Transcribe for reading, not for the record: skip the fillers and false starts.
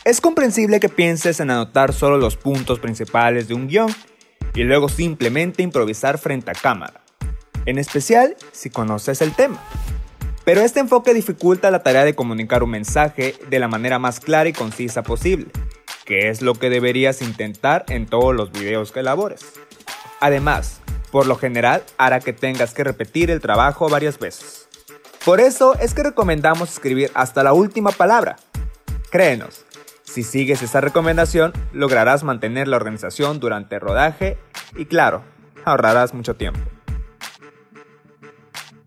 Es comprensible que pienses en anotar solo los puntos principales de un guión y luego simplemente improvisar frente a cámara, en especial si conoces el tema. Pero este enfoque dificulta la tarea de comunicar un mensaje de la manera más clara y concisa posible, que es lo que deberías intentar en todos los videos que elabores. Además, por lo general hará que tengas que repetir el trabajo varias veces. Por eso es que recomendamos escribir hasta la última palabra. Créenos, si sigues esa recomendación, lograrás mantener la organización durante el rodaje y claro, ahorrarás mucho tiempo.